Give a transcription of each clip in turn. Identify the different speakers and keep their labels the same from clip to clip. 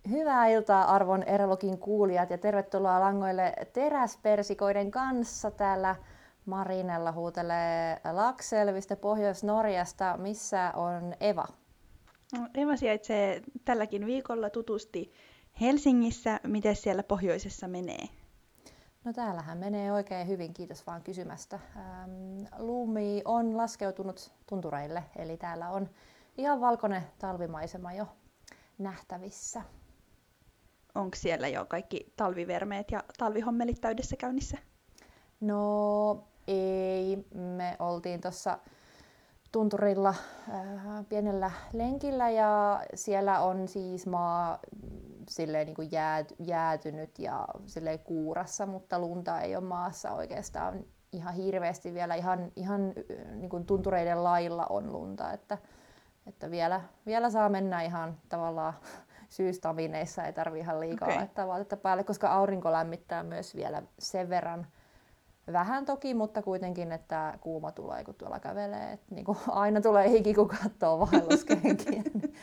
Speaker 1: Hyvää iltaa arvon Erologin kuulijat ja tervetuloa langoille teräspersikoiden kanssa. Täällä Marinella huutelee Lakselvistä Pohjois-Norjasta. Missä on Eva?
Speaker 2: No, Eva sijaitsee tälläkin viikolla tutusti Helsingissä. Miten siellä pohjoisessa menee?
Speaker 1: No täällähän menee oikein hyvin, kiitos vaan kysymästä. Lumi on laskeutunut tuntureille, eli täällä on ihan valkoinen talvimaisema jo nähtävissä.
Speaker 2: Onko siellä jo kaikki talvivermeet ja talvihommelit täydessä käynnissä?
Speaker 1: No ei, me oltiin tuossa tunturilla pienellä lenkillä ja siellä on siis maa silleen niin kuin jäätynyt ja silleen kuurassa, mutta lunta ei ole maassa oikeastaan ihan hirveästi vielä. Ihan niin kuin tuntureiden lailla on lunta, että vielä saa mennä ihan tavallaan syystavineissa, ei tarvitse ihan liikaa laittaa vaatetta päälle, koska aurinko lämmittää myös vielä sen verran. Vähän toki, mutta kuitenkin, että kuuma tulee, kun tuolla kävelee. Et niin kuin aina tulee hiki, kun katsoo vaelluskenkiä.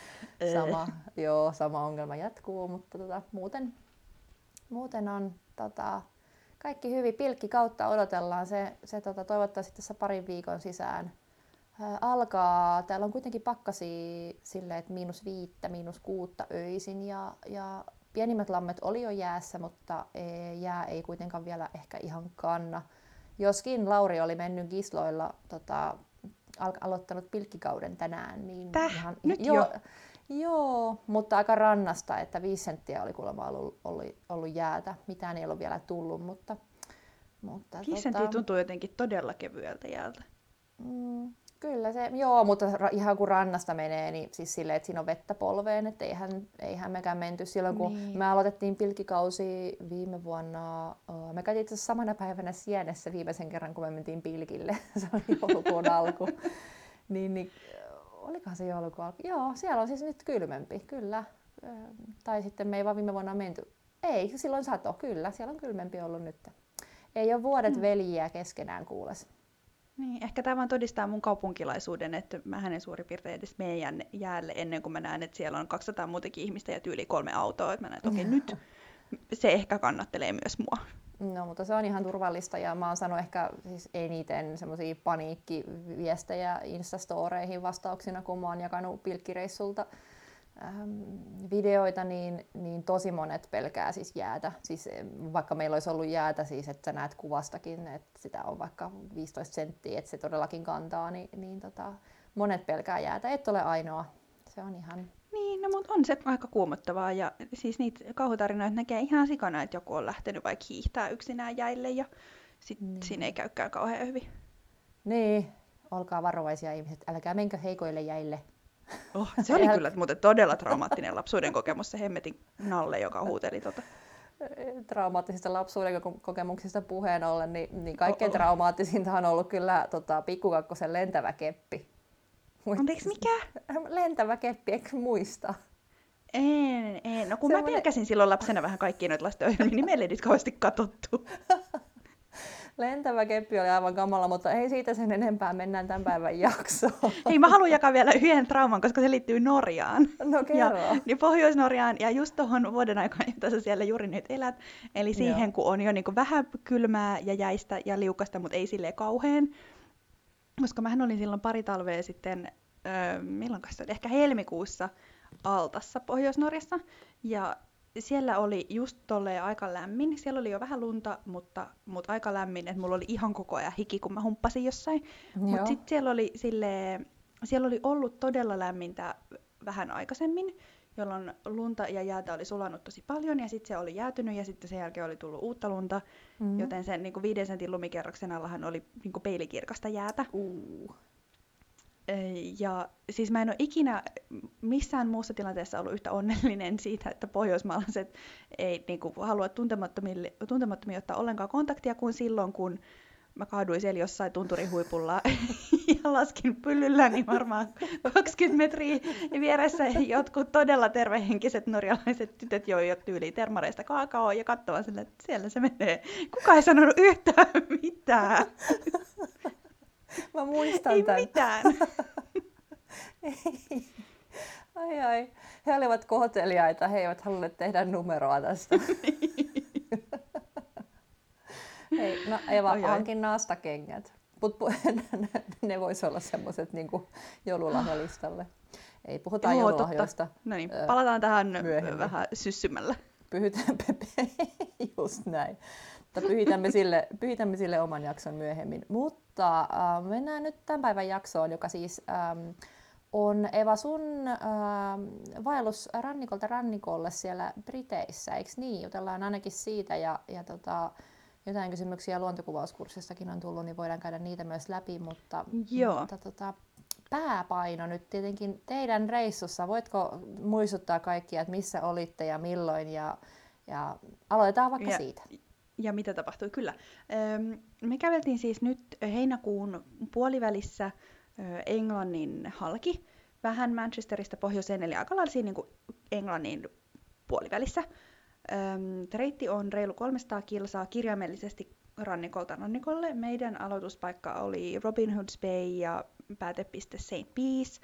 Speaker 1: Sama ongelma jatkuu, mutta muuten on kaikki hyvin. Pilkkikautta odotellaan. Se toivottavasti tässä parin viikon sisään alkaa. Täällä on kuitenkin pakkasia silleen, että -5, -6 öisin ja pienimmät lammet oli jo jäässä, mutta jää ei kuitenkaan vielä ehkä ihan kanna. Joskin Lauri oli mennyt kisloilla aloittanut pilkkikauden tänään. Niin
Speaker 2: ihan, nyt jo?
Speaker 1: Joo, mutta aika rannasta, että 5 senttiä oli kuulemma ollut jäätä. Mitään ei ollut vielä tullut, mutta
Speaker 2: 5 senttiä tuntuu jotenkin todella kevyeltä jäältä.
Speaker 1: Kyllä se, joo, mutta ihan kun rannasta menee, niin siis silleen, että siinä on vettä polveen, että eihän mekään menty silloin, kun me aloitettiin pilkkikausi viime vuonna. Me käytiin itse asiassa samana päivänä Sienessä viimeisen kerran, kun me mentiin pilkille. Se oli joulukuun alku. niin, olikohan se joulukuun alku? Joo, siellä on siis nyt kylmempi, kyllä. Tai sitten me ei vaan viime vuonna menty. Ei, silloin sato, kyllä, siellä on kylmempi ollut nyt. Ei ole vuodet veljiä keskenään kuules.
Speaker 2: Niin, ehkä tämä vaan todistaa mun kaupunkilaisuuden, että mä en suurin piirtein edes meidän jäälle ennen kuin mä näen, että siellä on 200 muutakin ihmistä ja tyyli 3 autoa. Että mä näen, että okei, nyt se ehkä kannattelee myös mua.
Speaker 1: No, mutta se on ihan turvallista ja mä oon saanut ehkä siis eniten semmosia paniikkiviestejä Instastoreihin vastauksina, kun mä oon jakanut pilkkireissulta videoita, niin tosi monet pelkää siis jäätä. Siis vaikka meillä olisi ollut jäätä, siis että sä näet kuvastakin, että sitä on vaikka 15 senttiä, että se todellakin kantaa, niin monet pelkää jäätä. Et ole ainoa. Se on ihan...
Speaker 2: Niin, no mutta on se aika kuumottavaa ja siis niitä kauhutarinoita näkee ihan sikana, että joku on lähtenyt vaikka hiihtää yksinään jäille ja sitten siinä ei käykään kauhean hyvin.
Speaker 1: Niin, olkaa varovaisia ihmiset, älkää menkö heikoille jäille.
Speaker 2: Se oli kyllä muuten todella traumaattinen lapsuuden kokemus, se hemmetin Nalle, joka huuteli
Speaker 1: Traumaattisista lapsuuden kokemuksista puheen ollen, niin kaikkein traumaattisinta on ollut kyllä Pikkukakkosen lentävä keppi.
Speaker 2: Anteeksi, mikä?
Speaker 1: Lentävä keppi, eikö muista?
Speaker 2: En. No kun mä pelkäsin silloin lapsena vähän kaikkia noita lastenohjelmia, niin meillä ei niitä kauheasti katsottu.
Speaker 1: Lentävä keppi oli aivan kamala, mutta ei siitä sen enempää, mennään tämän päivän jaksoon.
Speaker 2: Hei, mä haluan jakaa vielä yhden trauman, koska se liittyy Norjaan.
Speaker 1: No kerro.
Speaker 2: Niin Pohjois-Norjaan ja just tuohon vuoden aikaan, jota sä siellä juuri nyt elät. Eli siihen, kun on jo niin kuin vähän kylmää ja jäistä ja liukasta, mutta ei silleen kauhean. Koska mähän olin silloin pari talvea sitten, milloinkas se oli, ehkä helmikuussa Altassa Pohjois-Norjassa. Ja siellä oli just tolleen aika lämmin. Siellä oli jo vähän lunta, mutta aika lämmin, että mulla oli ihan koko ajan hiki, kun mä humppasin jossain. Mutta sitten siellä oli ollut todella lämmintä vähän aikaisemmin, jolloin lunta ja jäätä oli sulanut tosi paljon, ja sitten se oli jäätynyt, ja sitten sen jälkeen oli tullut uutta lunta, joten sen niin kuin 5 sentin lumikerroksen allahan oli niin kuin peilikirkasta jäätä. Ja siis mä en ole ikinä missään muussa tilanteessa ollut yhtä onnellinen siitä, että pohjoismaalaiset ei niin kuin, halua tuntemattomia ottaa ollenkaan kontaktia kuin silloin, kun mä kaaduin siellä jossain tunturin huipulla ja laskin pyllyllä, niin varmaan 20 metriä vieressä jotkut todella tervehenkiset norjalaiset tytöt joivat tyyliin termareista kaakaoa ja katsomaan sille, että siellä se menee. Kuka ei sanonut yhtään mitään.
Speaker 1: Mä muistan
Speaker 2: ei
Speaker 1: tämän.
Speaker 2: Mitään.
Speaker 1: Ei. Ai. He olivat kohteliaita, he eivät halunneet tehdä numeroa tästä. Hei, no Eva, hankin naastakengät. Ne voisi olla semmoiset niin joululahjalistalle. Ei puhuta joululahjoista.
Speaker 2: No niin, palataan tähän
Speaker 1: myöhemmin.
Speaker 2: Vähän syssymällä.
Speaker 1: Just näin. Pyhitämme sille oman jakson myöhemmin. Mutta mennään nyt tämän päivän jaksoon, joka siis on Eva sun vaellus rannikolta rannikolle siellä Briteissä, eikö niin? Jutellaan ainakin siitä ja jotain kysymyksiä luontokuvauskurssistakin on tullut, niin voidaan käydä niitä myös läpi, mutta pääpaino nyt tietenkin teidän reissussa. Voitko muistuttaa kaikkia, että missä olitte ja milloin ja aloitetaan vaikka siitä.
Speaker 2: Ja mitä tapahtui, kyllä. Me käveltiin siis nyt heinäkuun puolivälissä Englannin halki, vähän Manchesterista pohjoiseen, eli aika lailla siinä niin kuin Englannin puolivälissä. Reitti on reilu 300 kilsaa kirjaimellisesti rannikolta rannikolle. Meidän aloituspaikka oli Robin Hood's Bay ja päätepiste St. Bees.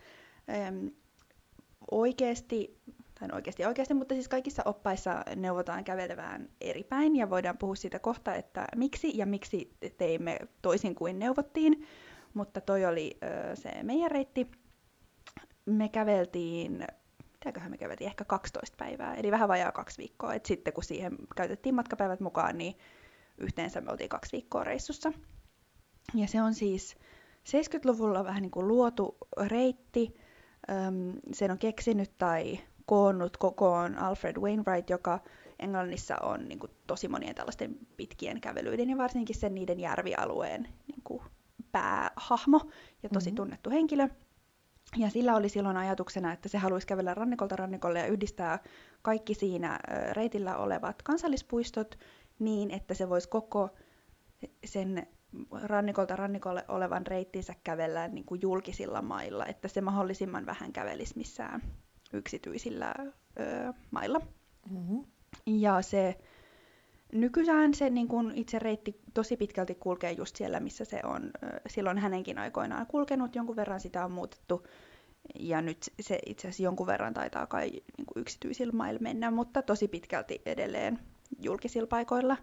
Speaker 2: Oikeasti, mutta siis kaikissa oppaissa neuvotaan kävelevään eri päin, ja voidaan puhua siitä kohta, että miksi teimme toisin kuin neuvottiin, mutta toi oli se meidän reitti. Me käveltiin, ehkä 12 päivää, eli vähän vajaa 2 viikkoa, et sitten kun siihen käytettiin matkapäivät mukaan, niin yhteensä me oltiin 2 viikkoa reissussa. Ja se on siis 70-luvulla vähän niin kuin luotu reitti. Sen on keksinyt tai koonnut kokoon Alfred Wainwright, joka Englannissa on niin kuin tosi monien tällaisten pitkien kävelyiden ja varsinkin sen niiden järvialueen niin kuin päähahmo ja tosi tunnettu henkilö. Ja sillä oli silloin ajatuksena, että se haluaisi kävellä rannikolta rannikolle ja yhdistää kaikki siinä reitillä olevat kansallispuistot niin, että se voisi koko sen rannikolta rannikolle olevan reittinsä kävellä niin kuin julkisilla mailla, että se mahdollisimman vähän kävelisi missään yksityisillä mailla. Mm-hmm. Ja se nykyään se niin kuin itse reitti tosi pitkälti kulkee just siellä, missä se on silloin hänenkin aikoinaan kulkenut. Jonkun verran sitä on muutettu ja nyt se itse asiassa jonkun verran taitaa kai niin kuin yksityisillä mailla mennä, mutta tosi pitkälti edelleen julkisilla paikoilla.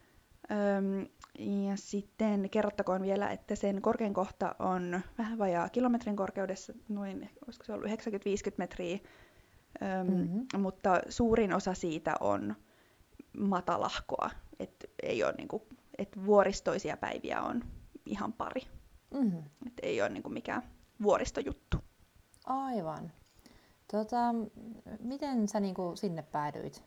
Speaker 2: Ja sitten kerrottakoon vielä, että sen korkein kohta on vähän vajaa kilometrin korkeudessa, noin, olisiko se ollut 90-50 metriä, mutta suurin osa siitä on matalahkoa, että ei ole niinku, että vuoristoisia päiviä on ihan pari. Et ei ole niinku mikään vuoristojuttu.
Speaker 1: Aivan. Miten sä niinku sinne päädyit?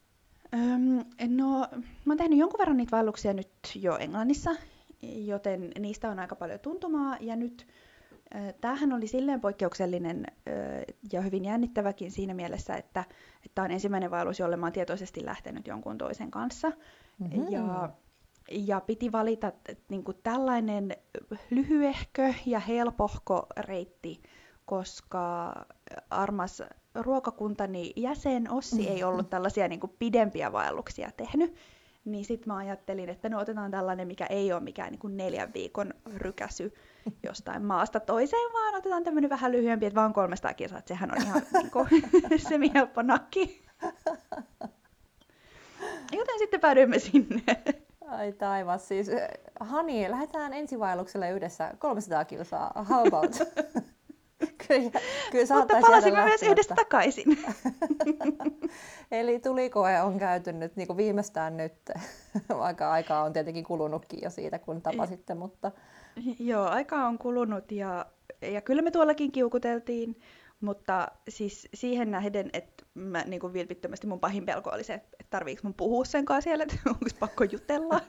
Speaker 2: No, mä oon tehnyt jonkun verran niitä vaelluksia nyt jo Englannissa, joten niistä on aika paljon tuntumaa, ja nyt tämähän oli silleen poikkeuksellinen ja hyvin jännittäväkin siinä mielessä, että tämä on ensimmäinen vaellus, jolle mä oon tietoisesti lähtenyt jonkun toisen kanssa, ja piti valita niin kuin tällainen lyhyehkö ja helpohko reitti, koska armas ruokakuntani jäsen Ossi ei ollut tällaisia niin kuin pidempiä vaelluksia tehnyt, niin sitten mä ajattelin, että no otetaan tällainen, mikä ei ole mikään niin kuin 4 viikon rykäsy jostain maasta toiseen, vaan otetaan tämmöinen vähän lyhyempi, että vaan 300 kilsaa, että sehän on ihan niin kuin semi-helppo nakki. Joten sitten päädyimme sinne.
Speaker 1: Ai taivas, siis Hani, lähdetään ensivaellukselle yhdessä 300 kilsaa, how about? Kyllä
Speaker 2: mutta palasimme myös yhdessä takaisin.
Speaker 1: Eli tulikoe on käyty nyt niin kuin viimeistään nyt, vaikka aikaa on tietenkin kulunutkin jo siitä, kun tapasitte. Mutta...
Speaker 2: Joo, aikaa on kulunut ja kyllä me tuollakin kiukuteltiin, mutta siis siihen nähden, että mä niin kuin vilpittömästi mun pahin pelko oli se, että tarviiko mun puhua sen kanssa siellä, että onko pakko jutella.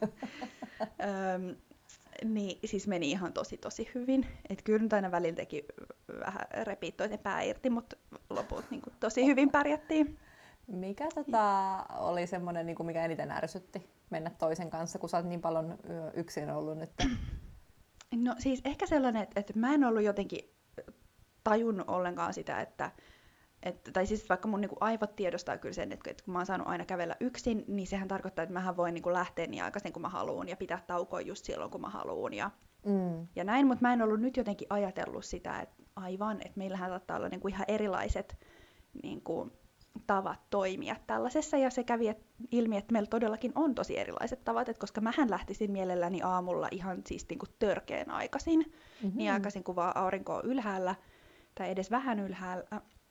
Speaker 2: Niin siis meni ihan tosi hyvin. Että kyllä nyt aina välillä teki vähän repii toisen pää irti, mutta loput niin kuin tosi hyvin pärjättiin.
Speaker 1: Mikä oli semmoinen, niin kuin mikä eniten ärsytti mennä toisen kanssa, kun sä oot niin paljon yksin ollut nyt?
Speaker 2: No siis ehkä sellainen, että mä en ollut jotenkin tajunnut ollenkaan sitä, tai siis vaikka mun niinku aivot tiedostaa kyllä sen, että kun mä oon saanut aina kävellä yksin, niin sehän tarkoittaa, että mähän voin niinku lähteä niin aikaisin kuin mä haluun ja pitää taukoa just silloin kun mä haluun ja näin, mutta mä en ollut nyt jotenkin ajatellut sitä, että aivan, että meillähän saattaa olla niinku ihan erilaiset niin kuin, tavat toimia tällaisessa, ja se kävi ilmi, että meillä todellakin on tosi erilaiset tavat, että koska mähän lähtisin mielelläni aamulla ihan siis niin kuin törkeän aikaisin, niin aikaisin kun vaan aurinko on ylhäällä, tai edes vähän ylhäällä,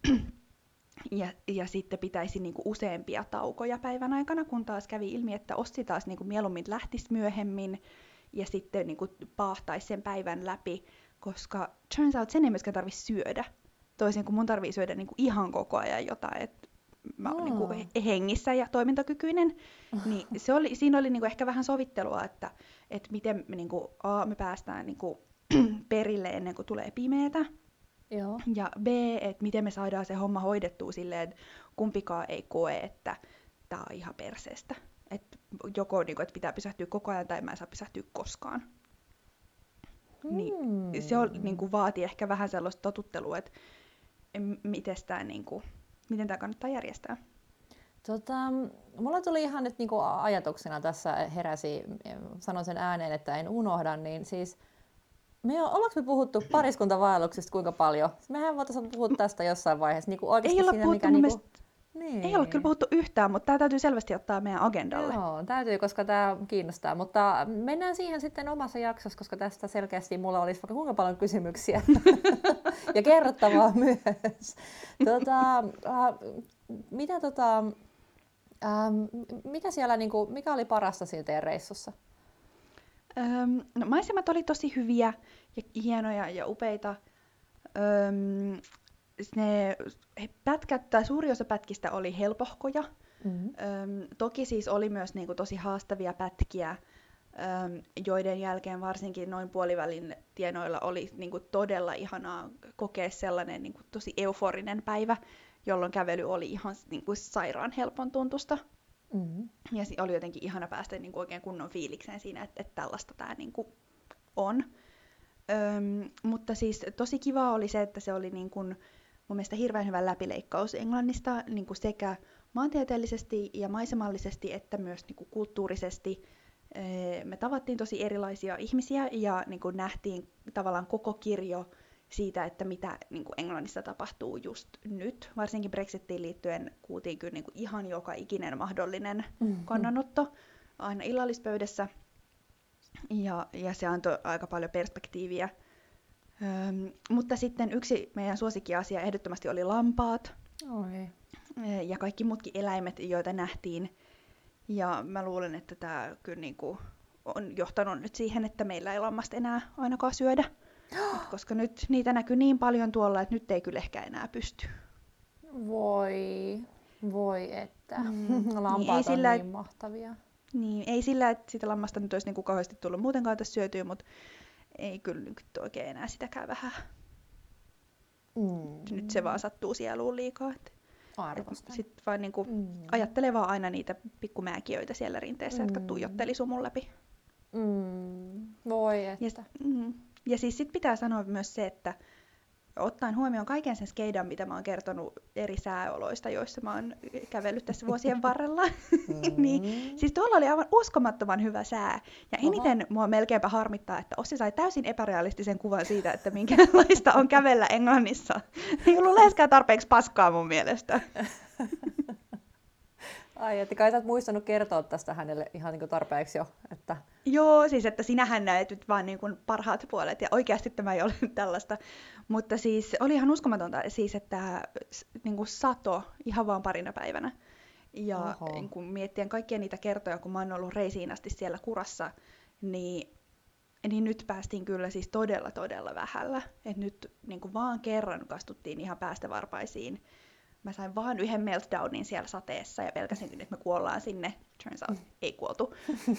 Speaker 2: ja sitten pitäisi niin kuin useampia taukoja päivän aikana, kun taas kävi ilmi, että Ossi taas niin kuin mieluummin lähtisi myöhemmin, ja sitten niin kuin paahtaisi sen päivän läpi, koska turns out sen ei myöskään tarvitse syödä, toisin kuin mun tarvii syödä niin kuin ihan koko ajan jotain, että mä oon niin kuin hengissä ja toimintakykyinen, niin siinä oli niin kuin ehkä vähän sovittelua, että miten me, niin kuin, me päästään niin kuin perille ennen kuin tulee pimeätä.
Speaker 1: Joo.
Speaker 2: Ja B, että miten me saadaan se homma hoidettua silleen, että kumpikaan ei koe, että tää on ihan perseestä. Että joko niin kuin, että pitää pysähtyä koko ajan tai mä en saa pysähtyä koskaan. Niin se niin kuin, vaatii ehkä vähän sellaista totuttelua, että miten tämä kannattaa järjestää.
Speaker 1: Mulla tuli ihan nyt niinku ajatuksena tässä heräsi, sanon sen ääneen, että en unohda, niin siis ollaanko me puhuttu pariskuntavaelluksesta kuinka paljon? Mehän voitaisiin puhua tästä jossain vaiheessa. Niinku
Speaker 2: ei olla puhuttu niin. Ei ole kyllä puhuttu yhtään, mutta tämä täytyy selvästi ottaa meidän agendalle.
Speaker 1: Joo, täytyy, koska tämä kiinnostaa. Mutta mennään siihen sitten omassa jaksossa, koska tästä selkeästi mulla olisi vaikka kuinka paljon kysymyksiä. Ja kerrottavaa myös. Mitä siellä, niinku, mikä oli parasta siinä teidän reissussa?
Speaker 2: No, maisemat oli tosi hyviä ja hienoja ja upeita. Suuri osa pätkistä oli helpohkoja. Toki siis oli myös niinku tosi haastavia pätkiä, joiden jälkeen varsinkin noin puolivälin tienoilla oli niinku todella ihanaa kokea sellainen niinku tosi euforinen päivä, jolloin kävely oli ihan niinku sairaan helpon tuntusta. Ja oli jotenkin ihana päästä niinku oikein kunnon fiilikseen siinä, että tällaista tämä niinku on. Mutta siis tosi kiva oli se, että se oli niinku mun mielestä hirveän hyvä läpileikkaus Englannista niinku sekä maantieteellisesti ja maisemallisesti että myös niinku kulttuurisesti. Me tavattiin tosi erilaisia ihmisiä ja niinku nähtiin tavallaan koko kirjo siitä, että mitä niinku Englannissa tapahtuu just nyt. Varsinkin Brexitiin liittyen kuultiin kyllä niinku ihan joka ikinen mahdollinen kannanotto aina illallispöydässä. Ja se antoi aika paljon perspektiiviä. Mutta sitten yksi meidän suosikkiasia ehdottomasti oli lampaat.
Speaker 1: Oi.
Speaker 2: Ja kaikki muutkin eläimet, joita nähtiin. Ja mä luulen, että tämä kyllä niinku on johtanut nyt siihen, että meillä ei lammasta enää ainakaan syödä. Koska nyt niitä näkyy niin paljon tuolla, että nyt ei kyllä ehkä enää pysty.
Speaker 1: Voi että. Lampaat niin on niin mahtavia.
Speaker 2: Niin, ei sillä, että sitä lammasta nyt olisi niinku kauheasti tullut muutenkaan tässä syötyä, mutta ei kyllä nyt oikein enää sitäkään vähän. Nyt se vaan sattuu sieluun liikaa.
Speaker 1: Arvostan.
Speaker 2: Sitten vaan niinku ajattelee vaan aina niitä pikkumääkiöitä siellä rinteessä, jotka tuijotteli sumun läpi.
Speaker 1: Voi että.
Speaker 2: Ja siis sit pitää sanoa myös se, että ottaen huomioon kaiken sen skeidan, mitä mä oon kertonut eri sääoloista, joissa mä oon kävellyt tässä vuosien varrella, niin siis tuolla oli aivan uskomattoman hyvä sää. Ja eniten mua melkeinpä harmittaa, että Ossi sai täysin epärealistisen kuvan siitä, että minkälaista on kävellä Englannissa. Ei ollut läheskään tarpeeksi paskaa mun mielestä.
Speaker 1: Ai, että kai sä et muistanut kertoa tästä hänelle ihan niin kuin tarpeeksi jo. Että...
Speaker 2: Joo, siis että sinähän näet nyt vaan niin kuin parhaat puolet, ja oikeasti tämä ei ole tällaista. Mutta siis oli ihan uskomatonta, siis että niin kuin sato ihan vaan parina päivänä. Ja kun miettien kaikkia niitä kertoja, kun mä oon ollut reisiin asti siellä kurassa, niin nyt päästiin kyllä siis todella vähällä. Että nyt niin kuin vaan kerran kastuttiin ihan päästä varpaisiin. Mä sain vaan yhden meltdownin siellä sateessa ja pelkäsin, että me kuollaan sinne. Turns out, ei kuoltu.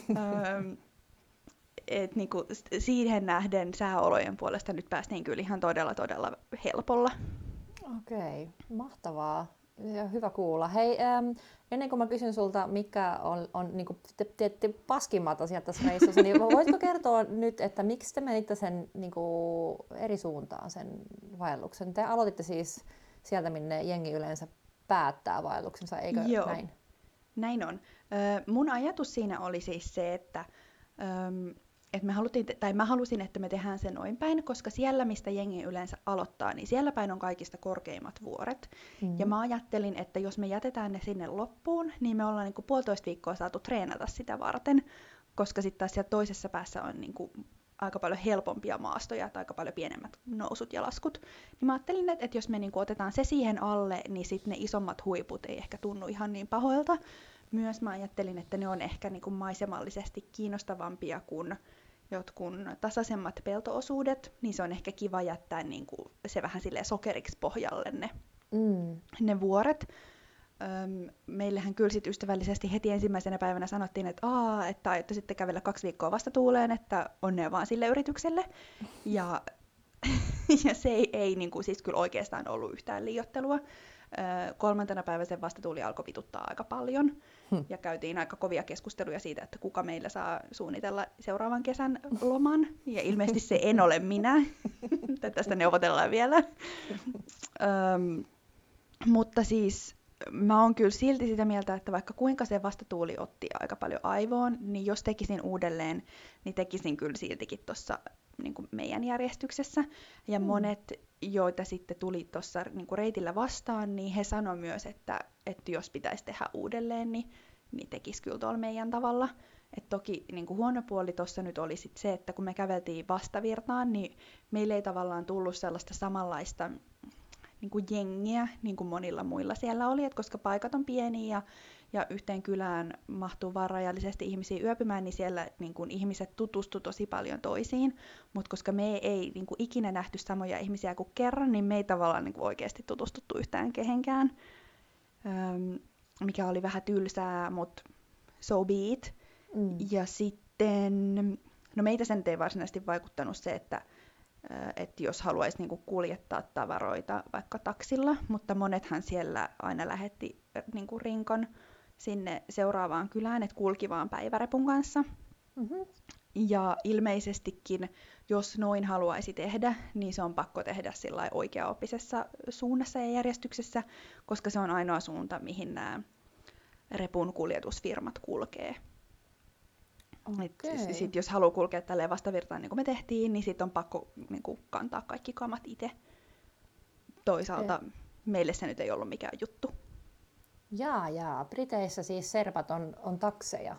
Speaker 2: Niinku, siihen nähden sääolojen puolesta nyt päästiin kyllä ihan todella helpolla.
Speaker 1: Okei, mahtavaa. Ja hyvä kuulla. Hei, ennen kuin mä kysyn sulta, mikä on niin te paskimmat asiat tässä reissussa, niin voitko kertoa nyt, että miksi te menitte sen niin kuin eri suuntaan sen vaelluksen? Te aloititte siis sieltä, minne jengi yleensä päättää vaelluksensa, eikö näin?
Speaker 2: Näin on. Mun ajatus siinä oli siis se, että mä halusin, että me tehdään se noin päin, koska siellä, mistä jengi yleensä aloittaa, niin siellä päin on kaikista korkeimmat vuoret. Ja mä ajattelin, että jos me jätetään ne sinne loppuun, niin me ollaan niinku 1,5 viikkoa saatu treenata sitä varten, koska sitten taas siellä toisessa päässä on niinku aika paljon helpompia maastoja tai aika paljon pienemmät nousut ja laskut. Niin mä ajattelin, että jos me niinku otetaan se siihen alle, niin sitten ne isommat huiput ei ehkä tunnu ihan niin pahoilta. Myös mä ajattelin, että ne on ehkä niinku maisemallisesti kiinnostavampia kuin jotkut tasaisemmat peltoosuudet, niin se on ehkä kiva jättää niinku se vähän silleen sokeriksi pohjalle ne vuoret. Meillähän kyllä sit ystävällisesti heti ensimmäisenä päivänä sanottiin, että aiotte sitten kävellä 2 viikkoa vastatuuleen, että onnea vaan sille yritykselle. Ja se ei niinku, siis kyllä oikeastaan ollut yhtään liioittelua. 3. päivä sen vastatuuli alkoi vituttaa aika paljon. Ja käytiin aika kovia keskusteluja siitä, että kuka meillä saa suunnitella seuraavan kesän loman. Ja ilmeisesti se en ole minä. Tästä neuvotellaan vielä. Mutta siis mä oon kyllä silti sitä mieltä, että vaikka kuinka se vastatuuli otti aika paljon aivoon, niin jos tekisin uudelleen, niin tekisin kyllä siltikin tuossa niin meidän järjestyksessä. Ja monet, joita sitten tuli tuossa niin reitillä vastaan, niin he sanoi myös, että jos pitäisi tehdä uudelleen, niin tekisi kyllä tuolla meidän tavalla. Et toki niin huono puoli tuossa nyt oli sit se, että kun me käveltiin vastavirtaan, niin meille ei tavallaan tullut sellaista samanlaista niin kuin jengiä, niin kuin monilla muilla siellä oli, että koska paikat on pieniä ja yhteen kylään mahtuu vaan rajallisesti ihmisiä yöpymään, niin siellä niin kuin ihmiset tutustu tosi paljon toisiin, mutta koska me ei niin kuin ikinä nähty samoja ihmisiä kuin kerran, niin me ei tavallaan niin kuin oikeasti tutustuttu yhtään kehenkään, mikä oli vähän tylsää, mutta so be it. Ja sitten, no meitä sen ei varsinaisesti vaikuttanut se, että jos haluaisi niinku kuljettaa tavaroita vaikka taksilla, mutta monethan siellä aina lähetti niinku rinkon sinne seuraavaan kylään, että kulki vaan päivärepun kanssa. Ja ilmeisestikin, jos noin haluaisi tehdä, niin se on pakko tehdä sillä oikeaoppisessa suunnassa ja järjestyksessä, koska se on ainoa suunta, mihin nämä repun kuljetusfirmat kulkee.
Speaker 1: Okay.
Speaker 2: Sitten jos haluaa kulkea tälleen vastavirtaan niin kuin me tehtiin, niin sitten on pakko niin kuin kantaa kaikki kamat itse. Toisaalta meille se nyt ei ollut mikään juttu.
Speaker 1: Jaa. Briteissä siis serpat on takseja.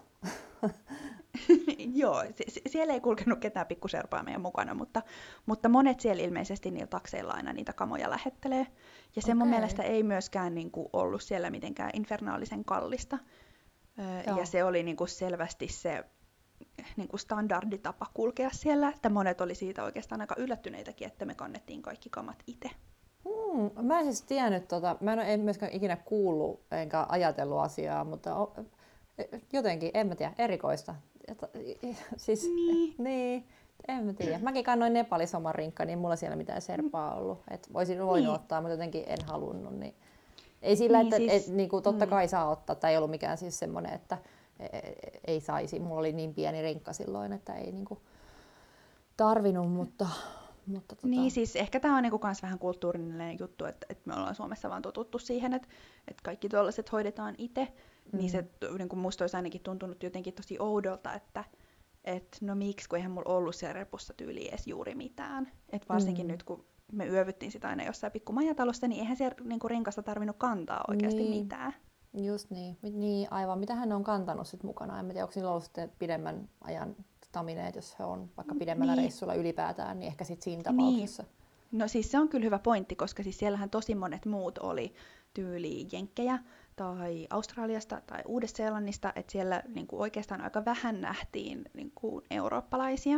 Speaker 2: Joo, siellä ei kulkenut ketään pikkuserpaa meidän mukana, mutta monet siellä ilmeisesti niillä takseilla aina niitä kamoja lähettelee. Ja se mun mielestä ei myöskään niin kuin ollut siellä mitenkään infernaalisen kallista. Ja se oli niin kuin selvästi se niin kuin standarditapa kulkea siellä, että monet oli siitä oikeastaan aika yllättyneitäkin, että me kannettiin kaikki kamat itse.
Speaker 1: Mä en siis tiennyt, mä en myöskään ikinä kuullut enkä ajatellut asiaa, mutta jotenkin, en mä tiedä, erikoista. Siis, niin, en mä tiedä. Mäkin kannoin Nepalissa oman rinkkan, niin mulla siellä mitään serpaa ollut. Et voisin voinut ottaa, mutta jotenkin en halunnut. Niin. Ei sillä, että siis, niinku, totta kai saa ottaa, tai ei ollut mikään siis semmoinen, että ei saisi. Mulla oli niin pieni rinkka silloin, että ei niinku tarvinnut, mutta
Speaker 2: Niin, siis ehkä tämä on niinku kans vähän kulttuurinen juttu, että me ollaan Suomessa vaan totuttu siihen, että kaikki tuollaiset hoidetaan itse. Niin se niinku musta olisi ainakin tuntunut jotenkin tosi oudolta, että no miksi, kun eihän mulla ollut siellä repussa tyyliin edes juuri mitään. Et varsinkin nyt, kun me yövyttiin sitä aina jossain pikku majatalossa, niin eihän siellä niinku rinkasta tarvinnut kantaa oikeasti mitään.
Speaker 1: Just niin. Niin, aivan. Mitä hän on kantanut sit mukana? En tiedä, onko niillä ollut sitten pidemmän ajan stamineet, jos he on vaikka pidemmällä reissulla ylipäätään, niin ehkä sitten siinä tapauksessa.
Speaker 2: No siis se on kyllä hyvä pointti, koska siis siellähän tosi monet muut oli tyyliin jenkkejä tai Australiasta tai Uudesta-Seelannista, että siellä niinku oikeastaan aika vähän nähtiin niinku eurooppalaisia.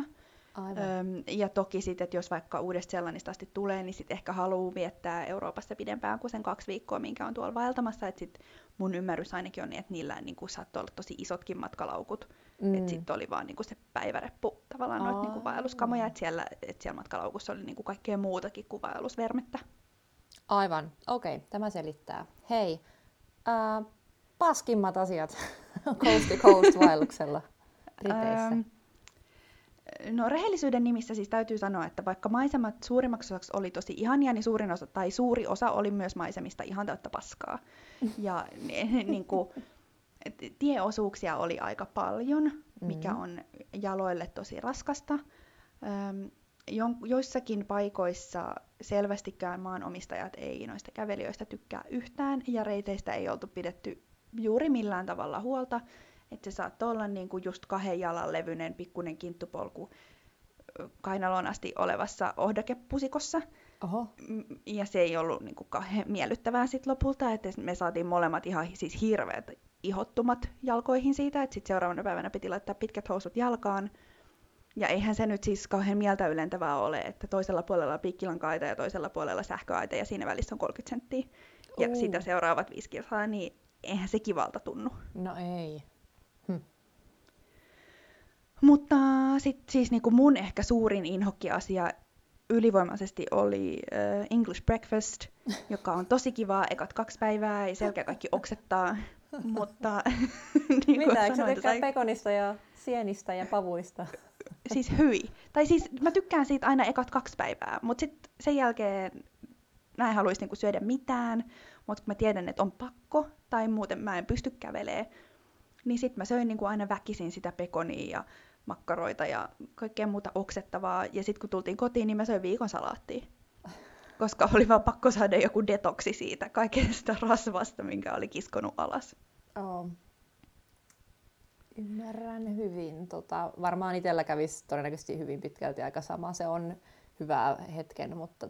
Speaker 2: Ja toki sitten, että jos vaikka Uudesta-Seelannista asti tulee, niin sitten ehkä haluaa viettää Euroopassa pidempään kuin sen 2 viikkoa, minkä on tuolla vaeltamassa. Että sit mun ymmärrys ainakin on niin, että niillä niinku saattoi olla tosi isotkin matkalaukut. Että sitten oli vaan niinku se päiväreppu tavallaan noita niinku vaelluskamoja, että siellä matkalaukussa oli niinku kaikkea muutakin kuin vaellusvermettä.
Speaker 1: Aivan, okei, tämä selittää. Hei, paskimmat asiat coast to coast vaelluksella Briteissä.
Speaker 2: No rehellisyyden nimissä siis täytyy sanoa, että vaikka maisemat suurimmaksi osaksi oli tosi ihania, niin suuri osa oli myös maisemista ihan täyttä paskaa. Ja niinku, tieosuuksia oli aika paljon, mikä on jaloille tosi raskasta. Joissakin paikoissa selvästikään maanomistajat ei noista kävelijöistä tykkää yhtään, ja reiteistä ei oltu pidetty juuri millään tavalla huolta, että se saattoi olla niinku just 2 jalan levyinen pikkuinen kinttupolku kainaloon asti olevassa ohdakepusikossa.
Speaker 1: Oho.
Speaker 2: Ja se ei ollut niinku kauhean miellyttävää sit lopulta, että me saatiin molemmat ihan siis hirveät ihottumat jalkoihin siitä, että sit seuraavana päivänä piti laittaa pitkät housut jalkaan. Ja eihän se nyt siis kauhean mieltä ylentävää ole, että toisella puolella on piikkilanka-aita ja toisella puolella sähköaita ja siinä välissä on 30 senttiä. Ja sitä seuraavat 5 kilsaa, niin eihän se kivalta tunnu.
Speaker 1: No ei.
Speaker 2: Mutta sitten siis niinku mun ehkä suurin inhokkiasia ylivoimaisesti oli English breakfast, joka on tosi kivaa ekat 2 päivää ja selkeä kaikki oksettaa. Mutta niin
Speaker 1: mitä, eikö sä tykkää pekonista ja sienistä ja pavuista?
Speaker 2: Siis hyi. Tai siis mä tykkään siitä aina ekat 2 päivää, mutta sitten sen jälkeen mä en haluaisi niinku syödä mitään, mutta kun mä tiedän, että on pakko tai muuten mä en pysty kävelemään, niin sitten mä söin niinku aina väkisin sitä pekonia ja makkaroita ja kaikkea muuta oksettavaa. Ja sitten kun tultiin kotiin, niin mä söin viikon salaattia. Koska oli vaan pakko saada joku detoksi siitä kaikesta rasvasta, minkä oli kiskonut alas.
Speaker 1: Oh. Ymmärrän hyvin. Varmaan itsellä kävisi todennäköisesti hyvin pitkälti aika sama. Se on hyvää hetken, mutta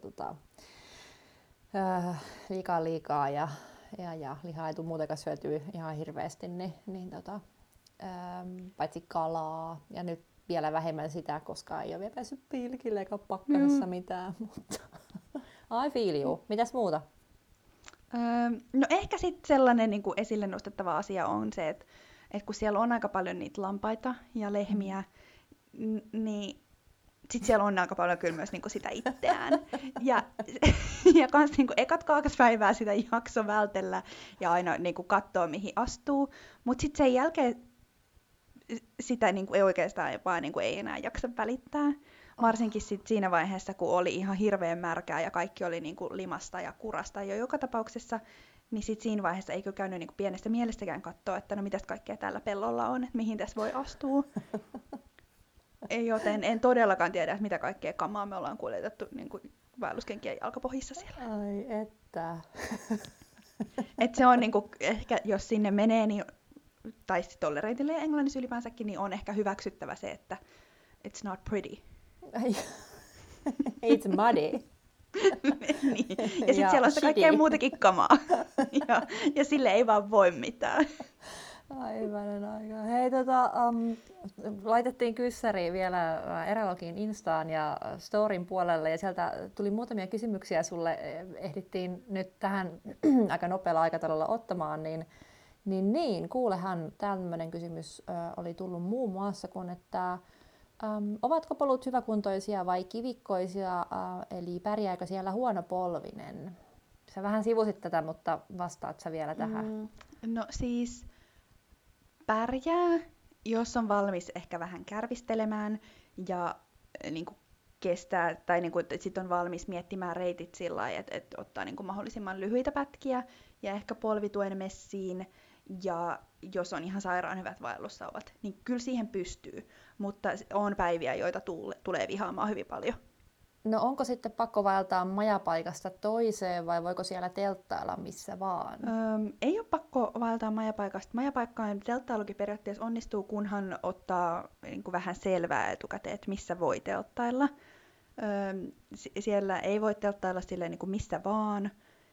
Speaker 1: liikaa ja lihaa ei tule muutenkaan syötyä ihan hirveästi, niin paitsi kalaa. Ja nyt vielä vähemmän sitä, koska ei ole vielä päässyt pilkille eikä pakkasessa mitään. Mutta I feel you. Mitäs muuta?
Speaker 2: No ehkä sitten sellainen niin kuin esille nostettava asia on se, että kun siellä on aika paljon niitä lampaita ja lehmiä, niin sitten siellä on aika paljon kyllä myös niin kuin sitä itseään. Ja kans niin kuin ekat 2 päivää sitä jakso vältellä ja aina niin kuin katsoa, mihin astuu. Mutta sitten sen jälkeen sitä niin kuin ei oikeastaan vaan niin kuin ei enää jaksa välittää. Varsinkin sit siinä vaiheessa, kun oli ihan hirveän märkää ja kaikki oli niin kuin limasta ja kurasta jo joka tapauksessa, niin sit siinä vaiheessa ei kyllä käynyt niin kuin pienestä mielestäkään katsoa, että no mitäs kaikkea tällä pellolla on, että mihin tässä voi astua. Joten en todellakaan tiedä, että mitä kaikkea kamaa me ollaan kuljetettu niin kuin vaelluskenkien jalkapohjissa siellä.
Speaker 1: Ai että.
Speaker 2: Et se on niin kuin, ehkä jos sinne menee, niin, tai sitten tolle reitille ja Englannissa ylipäänsäkin, niin on ehkä hyväksyttävä se, että it's not pretty.
Speaker 1: It's muddy.
Speaker 2: Niin. Ja sitten siellä on sitä kaikkea muutakin kamaa. ja sille ei vaan voi mitään.
Speaker 1: Aivan aika. Hei, laitettiin kyssäri vielä Erälogin Instaan ja Storyn puolelle ja sieltä tuli muutamia kysymyksiä sulle. Ehdittiin nyt tähän aika nopealla aikataululla ottamaan, niin kuulehan tämmöinen kysymys oli tullut muun muassa, kun että ovatko polut hyväkuntoisia vai kivikkoisia, eli pärjääkö siellä huonopolvinen? Sä vähän sivusit tätä, mutta vastaat sä vielä tähän?
Speaker 2: No siis pärjää, jos on valmis ehkä vähän kärvistelemään ja niin kuin kestää, tai niin kuin, sit on valmis miettimään reitit sillä lailla, että ottaa niin kuin mahdollisimman lyhyitä pätkiä ja ehkä polvituen messiin. Ja jos on ihan sairaan hyvät vaellussauvat, niin kyllä siihen pystyy, mutta on päiviä, joita tulee vihaamaan hyvin paljon.
Speaker 1: No onko sitten pakko vaeltaa majapaikasta toiseen vai voiko siellä telttailla missä vaan?
Speaker 2: Ei ole pakko vaeltaa majapaikasta. Majapaikkaan telttailukin periaatteessa onnistuu, kunhan ottaa niin kuin vähän selvää etukäteen, että missä voi telttailla. Siellä ei voi telttailla silleen niin kuin missä vaan.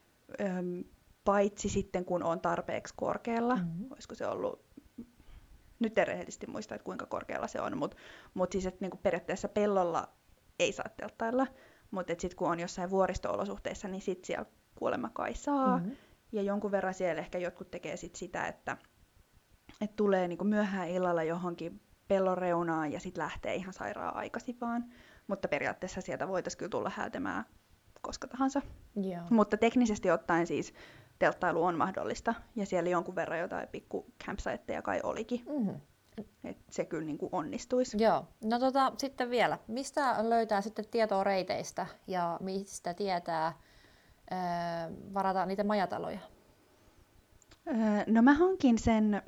Speaker 2: Paitsi sitten, kun on tarpeeksi korkealla. Olisiko se ollut, nyt en rehellisesti muista, että kuinka korkealla se on, mutta siis, että niinku periaatteessa pellolla ei saa telttailla, mutta sitten kun on jossain vuoristo-olosuhteissa, niin sitten siellä kuulemma kai saa. Ja jonkun verran siellä ehkä jotkut tekee sitä, että tulee niinku myöhään illalla johonkin pellon reunaan ja sitten lähtee ihan sairaan aikaisin vaan. Mutta periaatteessa sieltä voitaisiin kyllä tulla häätämään koska tahansa.
Speaker 1: Yeah.
Speaker 2: Mutta teknisesti ottaen siis telttailu on mahdollista, ja siellä jonkun verran jotain pikku campsiteja kai olikin. Että se kyllä niin kuin onnistuisi.
Speaker 1: Joo. No sitten vielä, mistä löytää sitten tietoa reiteistä ja mistä tietää varata niitä majataloja?
Speaker 2: No mä hankin sen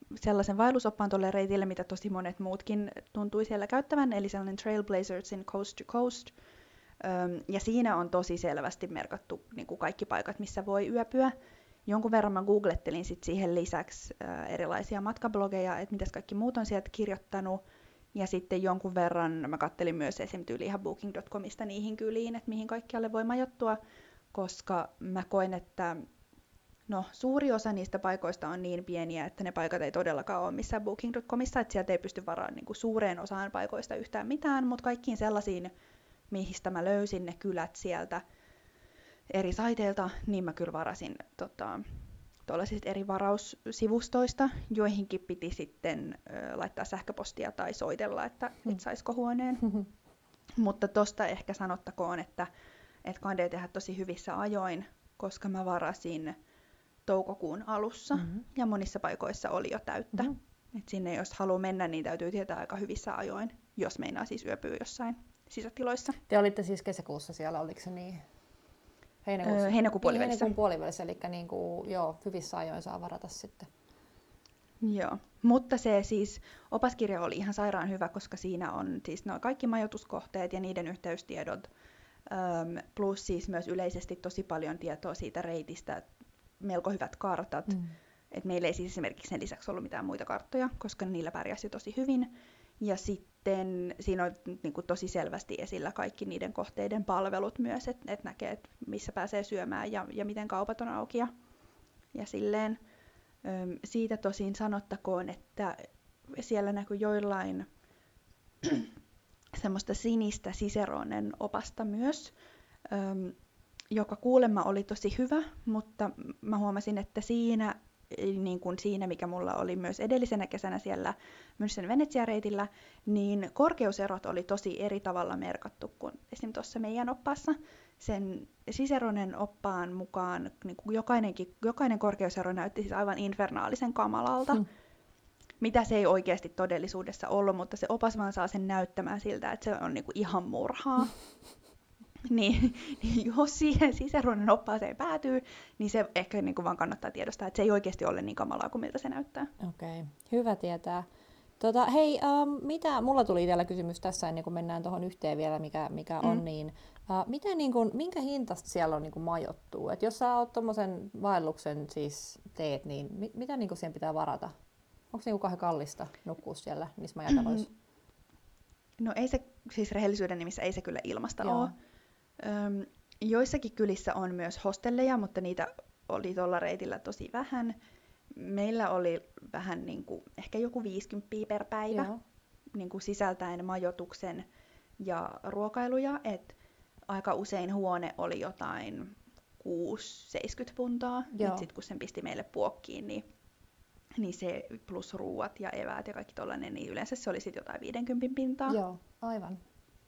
Speaker 2: sellaisen vaellusoppaan tuolle reitille, mitä tosi monet muutkin tuntui siellä käyttävän, eli sellainen Trailblazersin Coast to Coast. Ja siinä on tosi selvästi merkattu niin kuin kaikki paikat, missä voi yöpyä. Jonkun verran mä googlettelin sit siihen lisäksi erilaisia matkablogeja, että mitäs kaikki muut on sieltä kirjoittanut. Ja sitten jonkun verran mä kattelin myös esimerkiksi ihan booking.comista niihin kyliin, että mihin kaikkialle voi majoittua, koska mä koen, että suuri osa niistä paikoista on niin pieniä, että ne paikat ei todellakaan ole missään booking.comissa, että sieltä ei pysty varaamaan niin kuin suureen osaan paikoista yhtään mitään, mutta kaikkiin sellaisiin, mistä mä löysin ne kylät sieltä eri saiteilta, niin mä kyllä varasin tuollaisista eri varaussivustoista, joihinkin piti sitten laittaa sähköpostia tai soitella, että et saisiko huoneen. Mutta tosta ehkä sanottakoon, että kannattaa tehdä tosi hyvissä ajoin, koska mä varasin toukokuun alussa ja monissa paikoissa oli jo täyttä. Et sinne jos haluaa mennä, niin täytyy tietää aika hyvissä ajoin, jos meinaa siis yöpyä jossain sisätiloissa.
Speaker 1: Te olitte siis kesäkuussa siellä, oliko se niin?
Speaker 2: Heinäkuun puolivälissä.
Speaker 1: Heinäkuun puolivälissä, eli niin kuin, hyvissä ajoin saa varata sitten.
Speaker 2: Joo, mutta se siis opaskirja oli ihan sairaan hyvä, koska siinä on siis kaikki majoituskohteet ja niiden yhteystiedot, plus siis myös yleisesti tosi paljon tietoa siitä reitistä, melko hyvät kartat. Et meillä ei siis esimerkiksi sen lisäksi ollut mitään muita karttoja, koska niillä pärjäsi tosi hyvin. Ja sitten siinä on niin kuin tosi selvästi esillä kaikki niiden kohteiden palvelut myös, että näkee, et missä pääsee syömään ja miten kaupat on auki ja silleen. Siitä tosin sanottakoon, että siellä näkyi joillain semmoista sinistä Ciceronen opasta myös, joka kuulemma oli tosi hyvä, mutta mä huomasin, että siinä, niin kuin siinä, mikä mulla oli myös edellisenä kesänä siellä München Venetsia-reitillä, niin korkeuserot oli tosi eri tavalla merkattu kuin esimerkiksi tuossa meidän oppaassa. Sen Ciceronen oppaan mukaan niin kuin jokainen korkeusero näytti siis aivan infernaalisen kamalalta, mitä se ei oikeasti todellisuudessa ollut, mutta se opas vaan saa sen näyttämään siltä, että se on niin kuin ihan murhaa. Niin jos siihen Ciceronen oppaaseen päätyy, niin se ehkä niin kuin vaan kannattaa tiedostaa, että se ei oikeasti ole niin kamalaa kuin miltä se näyttää.
Speaker 1: Okei, hyvä tietää. Hei, mulla tuli vielä kysymys tässä ennen kuin mennään tuohon yhteen vielä, mikä on, niin minkä hintasta siellä on niin kuin majoittuu? Et jos sä oot tommosen vaelluksen siis teet, niin mitä niin kuin siihen pitää varata? Onko se niin kauhean kallista nukkua siellä niissä majataloissa?
Speaker 2: No ei se, siis rehellisyyden nimissä ei se kyllä ilmasta ole. Joissakin kylissä on myös hostelleja, mutta niitä oli tuolla reitillä tosi vähän. Meillä oli vähän niin kuin, ehkä joku 50 per päivä, niin kuin sisältäen majoituksen ja ruokailuja. Et aika usein huone oli jotain 6-70 puntaa. Sitten kun sen pisti meille puokkiin, niin se plus ruuat ja eväät ja kaikki tollainen, niin yleensä se oli sitten jotain 50 pintaa.
Speaker 1: Joo, aivan.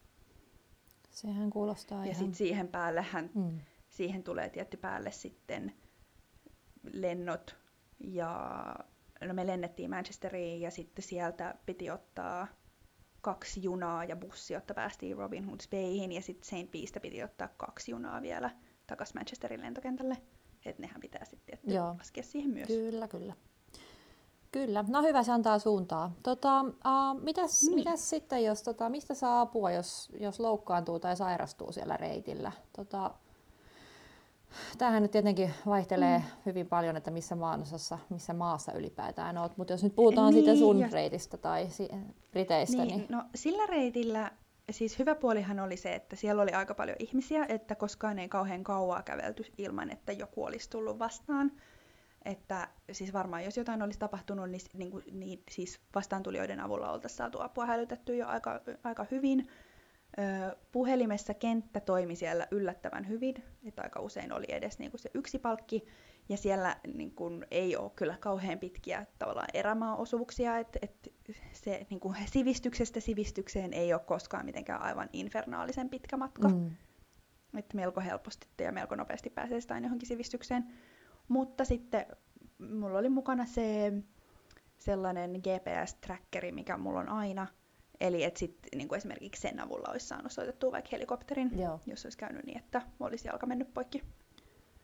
Speaker 1: Sehän kuulostaa
Speaker 2: ja sitten siihen päällehän, siihen tulee tietty päälle sitten lennot. Ja no me lennettiin Manchesteriin ja sitten sieltä piti ottaa 2 junaa ja bussi, jotta päästiin Robin Hood's Bayhin. Ja sitten St. Beestä piti ottaa 2 junaa vielä takaisin Manchesterin lentokentälle. Että nehän pitää sitten laskea siihen myös.
Speaker 1: Kyllä, no hyvä, se antaa suuntaa. Mitäs sitten, jos, mistä saa apua, jos loukkaantuu tai sairastuu siellä reitillä? Tämähän nyt tietenkin vaihtelee hyvin paljon, että missä maassa ylipäätään olet, mutta jos nyt puhutaan siitä sun reitistä tai Briteistä. Niin.
Speaker 2: No sillä reitillä, siis hyvä puolihan oli se, että siellä oli aika paljon ihmisiä, että koskaan ei kauhean kauaa kävelty ilman, että joku olisi tullut vastaan. Että siis varmaan jos jotain olisi tapahtunut, niin siis vastaantulijoiden avulla oltaisiin saatu apua hälytettyä jo aika hyvin. Puhelimessa kenttä toimi siellä yllättävän hyvin, että aika usein oli edes niin kuin se yksi palkki, ja siellä niin kuin ei ole kyllä kauhean pitkiä tavallaan erämaaosuuksia, että se niin kuin sivistyksestä sivistykseen ei ole koskaan mitenkään aivan infernaalisen pitkä matka, että melko helposti ja melko nopeasti pääsee sitä aina johonkin sivistykseen. Mutta sitten mulla oli mukana se sellainen GPS-trackeri, mikä mulla on aina. Eli että sitten niin esimerkiksi sen avulla olisi saanut soitettua vaikka helikopterin, jos olisi käynyt niin, että olisi jalka mennyt poikki.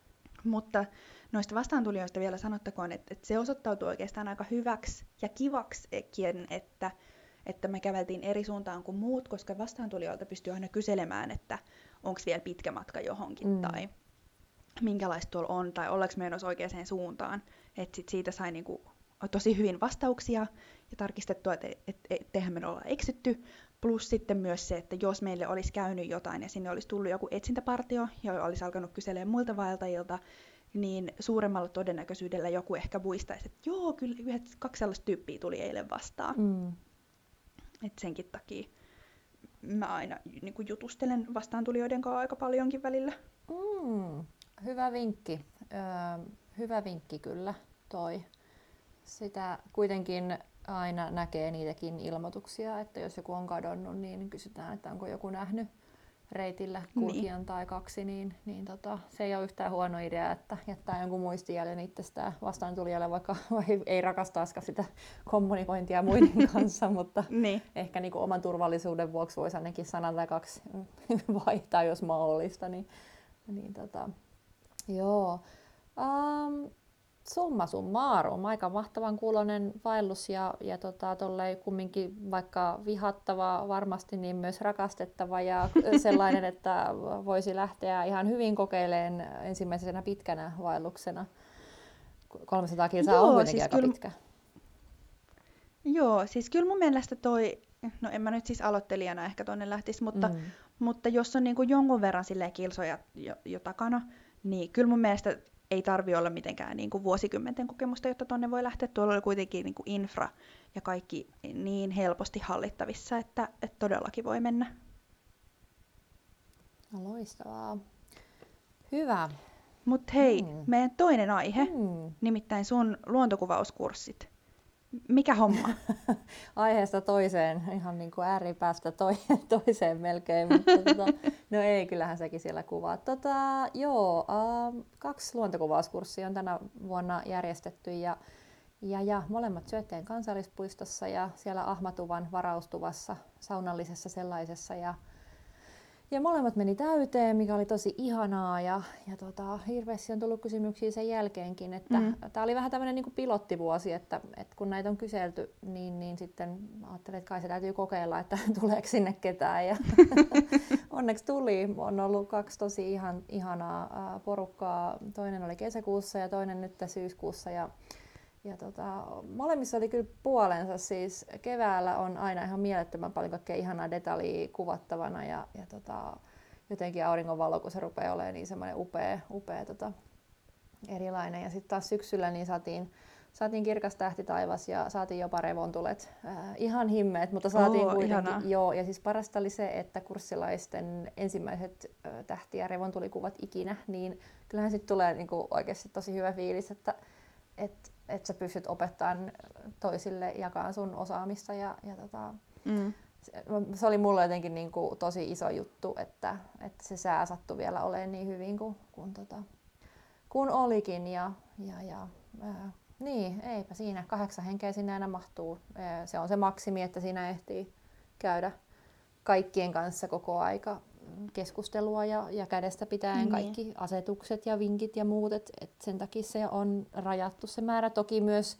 Speaker 2: Mutta noista vastaantulijoista vielä sanottakoon, että se osoittautui oikeastaan aika hyväksi ja kivaksikin, että me käveltiin eri suuntaan kuin muut, koska vastaantulijoilta pystyy aina kyselemään, että onko vielä pitkä matka johonkin tai minkälaista tuolla on tai ollaanko menossa oikeaan suuntaan. Että sit siitä sai niinku tosi hyvin vastauksia ja tarkistettua, että eihän me olla eksytty. Plus sitten myös se, että jos meille olisi käynyt jotain ja sinne olisi tullut joku etsintäpartio ja olisi alkanut kyselemään muilta vaeltajilta, niin suuremmalla todennäköisyydellä joku ehkä muistaisi, että joo, kyllä 2 sellaista tyyppiä tuli eilen vastaan. Et senkin takia mä aina niin kuin jutustelen vastaantulijoiden kanssa aika paljonkin välillä.
Speaker 1: Hyvä vinkki. Hyvä vinkki kyllä toi. Sitä kuitenkin aina näkee niitäkin ilmoituksia, että jos joku on kadonnut, niin kysytään, että onko joku nähnyt reitillä kulkijan tai 2, niin se ei ole yhtään huono idea, että jättää jonkun muistijäljen itsestään vastaantulijalle, vaikka ei rakastaisikaan sitä kommunikointia muiden kanssa, mutta ehkä niin kuin oman turvallisuuden vuoksi voisi ainakin sanan tai 2 vaihtaa, jos mahdollista. Joo. Summa summarum, aika mahtavan kuuloinen vaellus ja tollei kumminkin vaikka vihattava varmasti, niin myös rakastettava ja sellainen, että voisi lähteä ihan hyvin kokeilemaan ensimmäisenä pitkänä vaelluksena. 300 kilsaa on kuitenkin aika pitkä.
Speaker 2: Joo, siis kyllä mun mielestä no en mä nyt siis aloittelijana ehkä tonne lähtisi, mutta jos on niin kuin jonkun verran kilsoja jo takana, niin kyllä mun mielestä ei tarvi olla mitenkään niin kuin vuosikymmenten kokemusta, jotta tonne voi lähteä. Tuolla oli kuitenkin niin kuin infra ja kaikki niin helposti hallittavissa, että todellakin voi mennä.
Speaker 1: No, loistavaa. Hyvä.
Speaker 2: Mut hei, meidän toinen aihe, nimittäin sun luontokuvauskurssit. Mikä homma?
Speaker 1: Aiheesta toiseen, ihan niin kuin ääripäästä toiseen melkein, mutta no ei, kyllähän sekin siellä kuvaa. 2 luontokuvauskurssia on tänä vuonna järjestetty ja molemmat Syötteen kansallispuistossa ja siellä Ahmatuvan varaustuvassa, saunallisessa sellaisessa. Ja molemmat meni täyteen, mikä oli tosi ihanaa ja hirveästi on tullut kysymyksiä sen jälkeenkin, että tämä oli vähän tämmöinen niin kuin pilottivuosi, että kun näitä on kyselty, niin sitten ajattelin, että kai se täytyy kokeilla, että tuleeko sinne ketään ja onneksi tuli. On ollut 2 tosi ihanaa porukkaa, toinen oli kesäkuussa ja toinen nyt syyskuussa ja molemmissa oli kyllä puolensa, siis keväällä on aina ihan mielettömän paljon kaikkea ihanaa detaljia kuvattavana ja jotenkin auringonvalo, kun se rupeaa olemaan niin semmoinen upea erilainen. Ja sitten taas syksyllä niin saatiin kirkas tähtitaivas ja saatiin jopa revontulet. Ihan himmeet, mutta saatiin kuitenkin. Joo, ja siis parasta oli se, että kurssilaisten ensimmäiset tähti- ja revontulikuvat ikinä, niin kyllähän sitten tulee niinku oikeasti tosi hyvä fiilis, että sä pystyt opettamaan toisille jakaa sun osaamista se oli mulle jotenkin niin kuin tosi iso juttu, että se sää sattui vielä olemaan niin hyvin kun olikin niin eipä siinä 8 henkeä sinne aina mahtuu. Se on se maksimi, että siinä ehtii käydä kaikkien kanssa koko aika keskustelua ja kädestä pitäen kaikki asetukset ja vinkit ja muut, et sen takia se on rajattu se määrä. Toki myös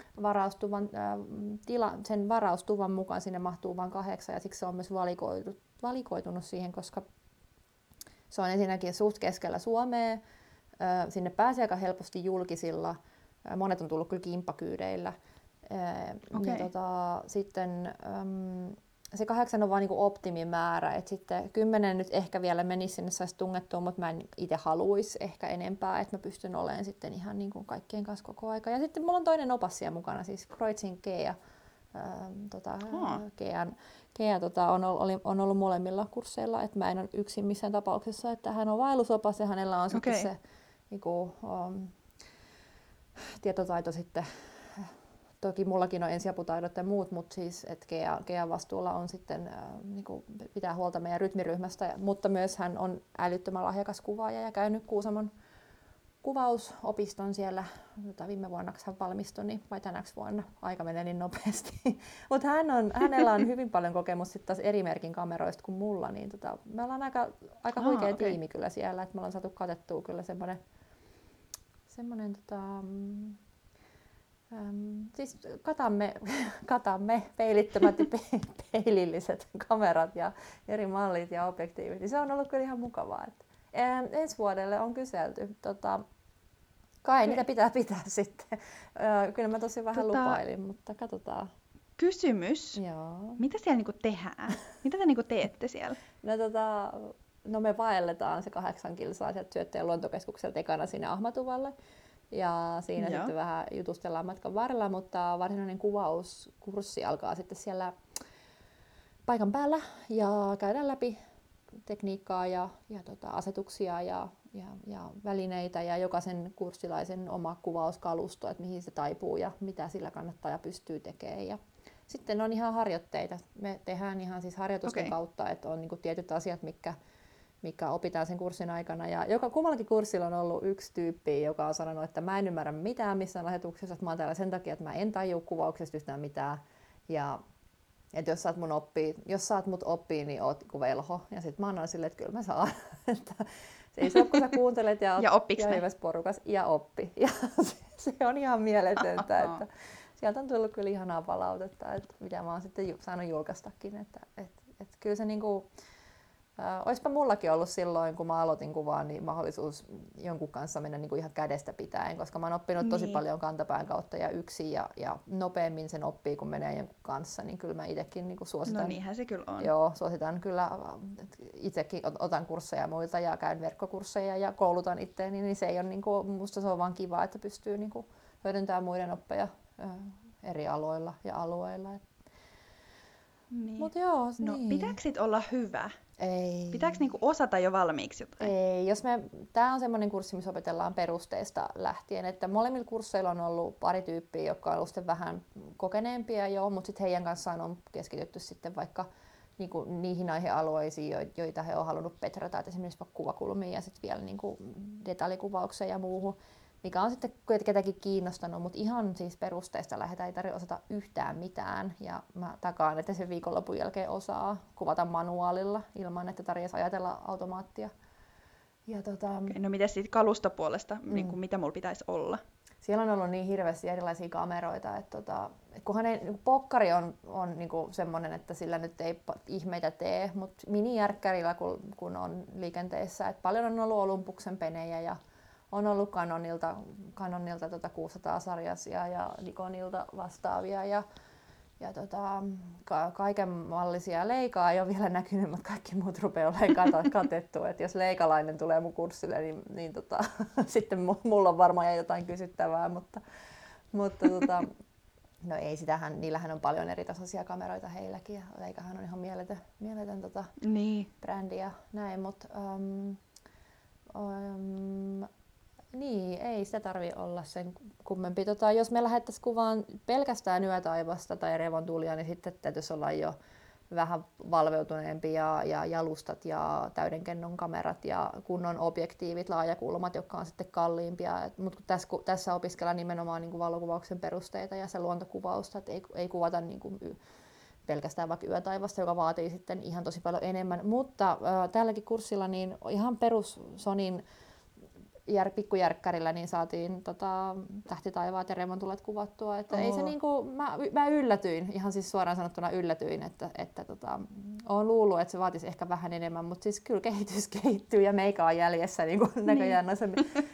Speaker 1: sen varaustuvan mukaan sinne mahtuu vain 8 ja siksi se on myös valikoitunut siihen, koska se on ensinnäkin suht keskellä Suomea. Sinne pääsee aika helposti julkisilla. Monet on tullut kyllä kimppakyydeillä. Ja sitten se 8 on vaan niinku optimimäärä, että sitten 10 nyt ehkä vielä menisi sinne, saisi tungettua, mutta mä en itse haluaisi ehkä enempää, että mä pystyn olemaan sitten ihan niinku kaikkien kanssa koko aika. Ja sitten mulla on toinen opas siellä mukana, siis Kreutzin Gea. Gea on ollut molemmilla kursseilla, että mä en ole yksin missään tapauksessa, että hän on vaellusopas ja hänellä on sitten se niinku, tietotaito sitten. Toki mullakin on ensiaputaidot ja muut, mutta siis Gean vastuulla on sitten niinku, pitää huolta meidän rytmiryhmästä, mutta myös hän on älyttömän lahjakas kuvaaja ja käynyt Kuusamon kuvausopiston siellä, viime vuonna hän valmistui, niin, vai tänäksi vuonna, aika menee niin nopeasti. Mutta hänellä on hyvin paljon kokemusta sitten taas eri merkin kameroista kuin mulla, niin me ollaan aika huikea tiimi kyllä siellä, että me ollaan saatu katettua kyllä semmoinen semmoinen siis katamme peilittömät ja peililliset kamerat ja eri mallit ja objektiivit, niin se on ollut kyllä ihan mukavaa. Ensi vuodelle on kyselty. Kai niitä pitää sitten. Kyllä mä tosi vähän lupailin, mutta katsotaan.
Speaker 2: Kysymys.
Speaker 1: Joo.
Speaker 2: Mitä siellä niinku tehdään? Mitä te niinku teette siellä?
Speaker 1: No me vaelletaan se 8 kilsaa sieltä Syötteen luontokeskukselta ekana sinne Ahmatuvalle. Ja siinä sitten vähän jutustellaan matkan varrella, mutta varsinainen kuvauskurssi alkaa sitten siellä paikan päällä ja käydään läpi tekniikkaa ja asetuksia ja välineitä ja jokaisen kurssilaisen oma kuvauskalusto, että mihin se taipuu ja mitä sillä kannattaa ja pystyy tekemään. Ja sitten on ihan harjoitteita. Me tehdään ihan siis harjoitusten kautta, että on niinku tietyt asiat, mikä opitaan sen kurssin aikana. Ja kummallakin kurssilla on ollut yksi tyyppi, joka on sanonut, että mä en ymmärrä mitään missään asetuksessa, että mä oon täällä sen takia, että mä en tajua kuvauksesta yhtään mitään. Ja että jos saat mut oppii, niin oot kuin velho. Ja sit mä annan silleen, että kyllä mä saan. Se ei se ole, kun sä kuuntelet ja hyvässä porukas ja oppi. Ja se on ihan mieletöntä. Että sieltä on tullut kyllä ihanaa palautetta, että mitä mä oon sitten saanut julkaistakin. Että kyllä se niinku, olisipa mullakin ollut silloin, kun mä aloitin kuvaa, niin mahdollisuus jonkun kanssa mennä niinku ihan kädestä pitäen, koska mä oon oppinut tosi paljon kantapään kautta ja yksin ja nopeammin sen oppii, kun menee jonkun kanssa, niin kyllä mä itsekin niinku suositan.
Speaker 2: No niinhän se kyllä on.
Speaker 1: Joo, suositan kyllä, itsekin otan kursseja muilta ja käyn verkkokursseja ja koulutan itteeni, niin se ei ole niinku, musta se on vaan kiva, että pystyy niinku hyödyntämään muiden oppeja eri aloilla ja alueilla.
Speaker 2: Niin.
Speaker 1: Mut joo,
Speaker 2: no,
Speaker 1: niin.
Speaker 2: Pitääkö sit olla hyvä?
Speaker 1: Ei.
Speaker 2: Pitääkö niinku osata jo valmiiksi jotain?
Speaker 1: Ei. Tää on semmoinen kurssi, missä opetellaan perusteista lähtien, että molemmilla kursseilla on ollut pari tyyppiä, jotka on ollut sitten vähän kokeneempia jo, mutta sitten heidän kanssaan on keskitytty sitten vaikka niinku niihin aihealueisiin, joita he on halunnut petrata, että esimerkiksi vaikka kuvakulmiin ja sitten vielä niinku detallikuvaukseen ja muuhun, mikä on sitten ketäkin kiinnostanut, mutta ihan siis perusteista lähdetään, ei tarvitse osata yhtään mitään. Ja mä takaan, että sen viikonlopun jälkeen osaa kuvata manuaalilla ilman, että tarvitsisi ajatella automaattia. Ja
Speaker 2: no miten siitä kalustopuolesta, niin mitä mulla pitäisi olla?
Speaker 1: Siellä on ollut niin hirveästi erilaisia kameroita, että kunhan pokkari on niinku semmoinen, että sillä nyt ei ihmeitä tee, mutta minijärkkärillä kun on liikenteessä, että paljon on ollut Olympuksen penejä ja on ollut Canonilta 600-sarjaisia ja Nikonilta vastaavia ja kaiken mallisia. Leikaa ei ole vielä näkynyt, mutta kaikki muut rupeaa olemaan katettu. Et jos leikalainen tulee mun kurssille, niin sitten mulla on varmaan jotain kysyttävää, mutta no ei sitähän, niillähän on paljon eri tasoisia kameroita heilläkin ja Leikahan on ihan mieletön brändi ja näin, mutta niin, ei sitä tarvitse olla sen kummempi. Jos me lähdettäisiin kuvaan pelkästään yötaivasta tai revontulia, niin sitten täytyisi olla jo vähän valveutuneempi ja jalustat ja täydenkennon kamerat ja kunnon objektiivit, laajakulmat, jotka on sitten kalliimpia. Mutta tässä opiskellaan nimenomaan niin valokuvauksen perusteita ja se luontokuvausta, että ei kuvata niin kuin pelkästään vaikka yötaivasta, joka vaatii sitten ihan tosi paljon enemmän. Mutta tälläkin kurssilla niin ihan perus Sonin pikkujärkkärillä niin saatiin tähtitaivaat ja revontulet kuvattua. Että ei se niinku, mä yllätyin, ihan siis suoraan sanottuna yllätyin, että olen luullut, että se vaatisi ehkä vähän enemmän, mutta siis kyllä kehitys kehittyy ja meikä on jäljessä niinku näköjään noissa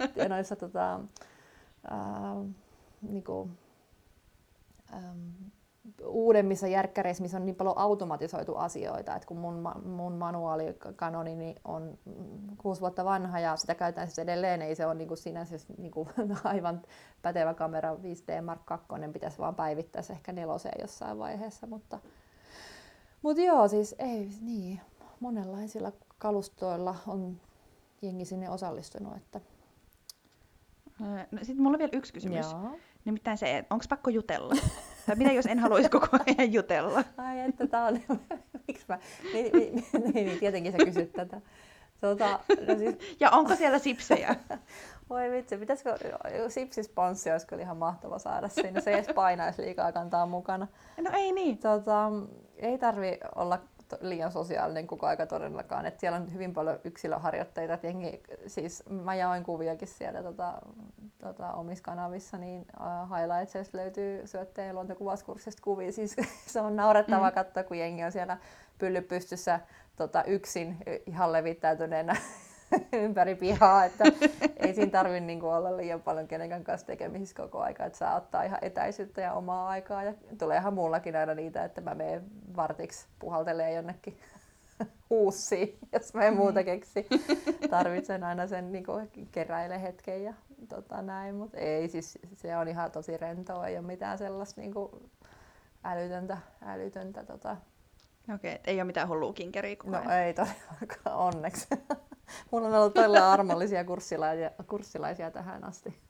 Speaker 1: uudemmissa järkkäreissä, missä on niin paljon automatisoitu asioita, että kun mun manuaali Canoni on 6 vuotta vanha ja sitä käytetään siis edelleen, ei se ole niin kuin sinänsä niin kuin aivan pätevä kamera 5D Mark II, pitäisi vaan päivittää se ehkä 4 jossain vaiheessa, mutta joo, siis ei niin, monenlaisilla kalustoilla on jengi sinne osallistunut. Että...
Speaker 2: No, sitten mulla on vielä yksi kysymys.
Speaker 1: Joo.
Speaker 2: Nimittäin se, että onko pakko jutella? Tai mitä jos en haluaisi koko ajan jutella?
Speaker 1: Ai että on... Miksi mä... Niin, tietenkin sä kysyt tätä. No siis...
Speaker 2: Ja onko siellä sipsejä?
Speaker 1: Voi vitsi, pitäisikö sipsisponssi olisi kyllä ihan mahtava saada sinne. Se ei edes painaisi liikaa kantaa mukana.
Speaker 2: No ei niin.
Speaker 1: Ei tarvi olla liian sosiaalinen koko aika todellakaan. Et siellä on hyvin paljon yksilöharjoitteita. Siis mä jaoin kuviakin siellä omissa kanavissa, niin highlightsista löytyy syötteen ja luontokuvauskurssista kuvia. Siis se on naurettavaa katsoa, kun jengi on siellä pylly pystyssä yksin ihan levittäytyneenä ympäri pihaa, että ei siinä tarvitse niinku olla liian paljon kenenkään kanssa tekemisissä koko aika, että saa ottaa ihan etäisyyttä ja omaa aikaa. Ja tuleehan mullakin aina niitä, että mä menen vartiksi puhaltelee jonnekin huussiin, jos mä en muuta keksi. Tarvitsen aina sen niinku keräile hetken ja näin, mutta ei, siis se on ihan tosi rentoa, ei ole mitään sellaista niinku älytöntä.
Speaker 2: Okei, ei ole mitään hullua kinkeria koko ajan.
Speaker 1: No ei todellakaan, onneksi. Mulla on ollut todella armollisia kurssilaisia tähän asti.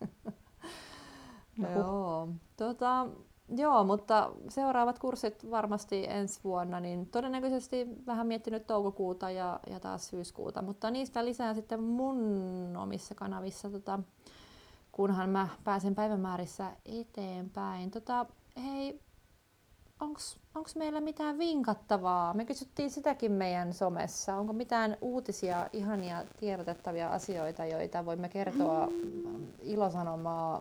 Speaker 1: Joo, mutta seuraavat kurssit varmasti ensi vuonna, niin todennäköisesti vähän miettinyt toukokuuta ja taas syyskuuta, mutta niistä lisää sitten mun omissa kanavissa, kunhan mä pääsen päivämäärissä eteenpäin. Hei, onko meillä mitään vinkattavaa? Me kysyttiin sitäkin meidän somessa. Onko mitään uutisia, ihania tiedotettavia asioita, joita voimme kertoa ilosanomaa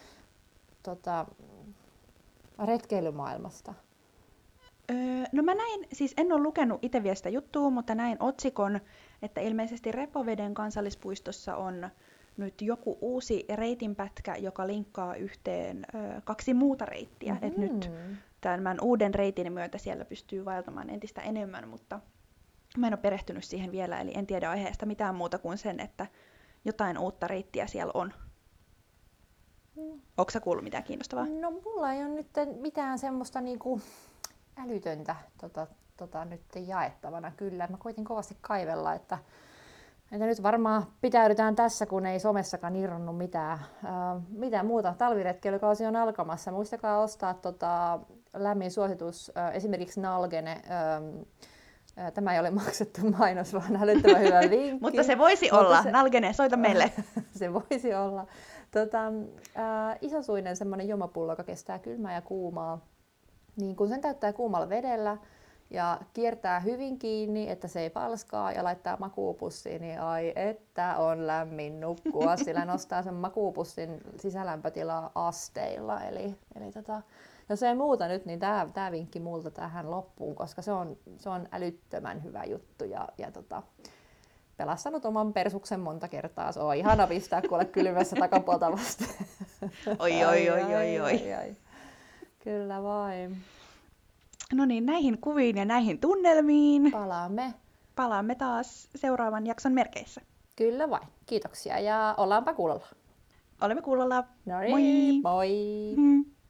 Speaker 1: retkeilymaailmasta?
Speaker 2: No mä näin, siis en ole lukenut itse vielä sitä juttua, mutta näin otsikon, että ilmeisesti Repoveden kansallispuistossa on nyt joku uusi reitinpätkä, joka linkkaa yhteen 2 muuta reittiä. Et nyt tämän uuden reitin myötä siellä pystyy vaeltamaan entistä enemmän, mutta mä en ole perehtynyt siihen vielä, eli en tiedä aiheesta mitään muuta kuin sen, että jotain uutta reittiä siellä on. Onko sä kuullut mitään kiinnostavaa?
Speaker 1: No mulla ei ole nyt mitään semmoista niinku älytöntä nyt jaettavana kyllä. Mä koitin kovasti kaivella, että nyt varmaan pitäydytään tässä, kun ei somessakaan irronnut mitään muuta. Talviretkeilykausi on alkamassa. Muistakaa ostaa lämmin suositus, esimerkiksi Nalgene. Tämä ei ole maksettu mainos, vaan älyttömän hyvä vinkki.
Speaker 2: Mutta se voisi olla. Nalgene, soita meille.
Speaker 1: Se voisi olla. Isosuinen semmoinen juomapullo, joka kestää kylmää ja kuumaa. Niin kun sen täyttää kuumalla vedellä ja kiertää hyvin kiinni, että se ei palskaa ja laittaa makuupussiin, niin ai että on lämmin nukkua. Sillä nostaa sen makuupussin sisälämpötilaa asteilla. Eli jos ei muuta nyt, niin tämä vinkki multa tähän loppuun, koska se on älyttömän hyvä juttu ja pelastanut oman persuksen monta kertaa. Se on ihana pistää kuule kylmässä takapuolta vasten.
Speaker 2: Oi.
Speaker 1: Kyllä vain.
Speaker 2: No niin, näihin kuviin ja näihin tunnelmiin palaamme taas seuraavan jakson merkeissä.
Speaker 1: Kyllä vain. Kiitoksia ja ollaanpa kuulolla.
Speaker 2: Olemme kuulolla.
Speaker 1: No niin, moi!
Speaker 2: moi.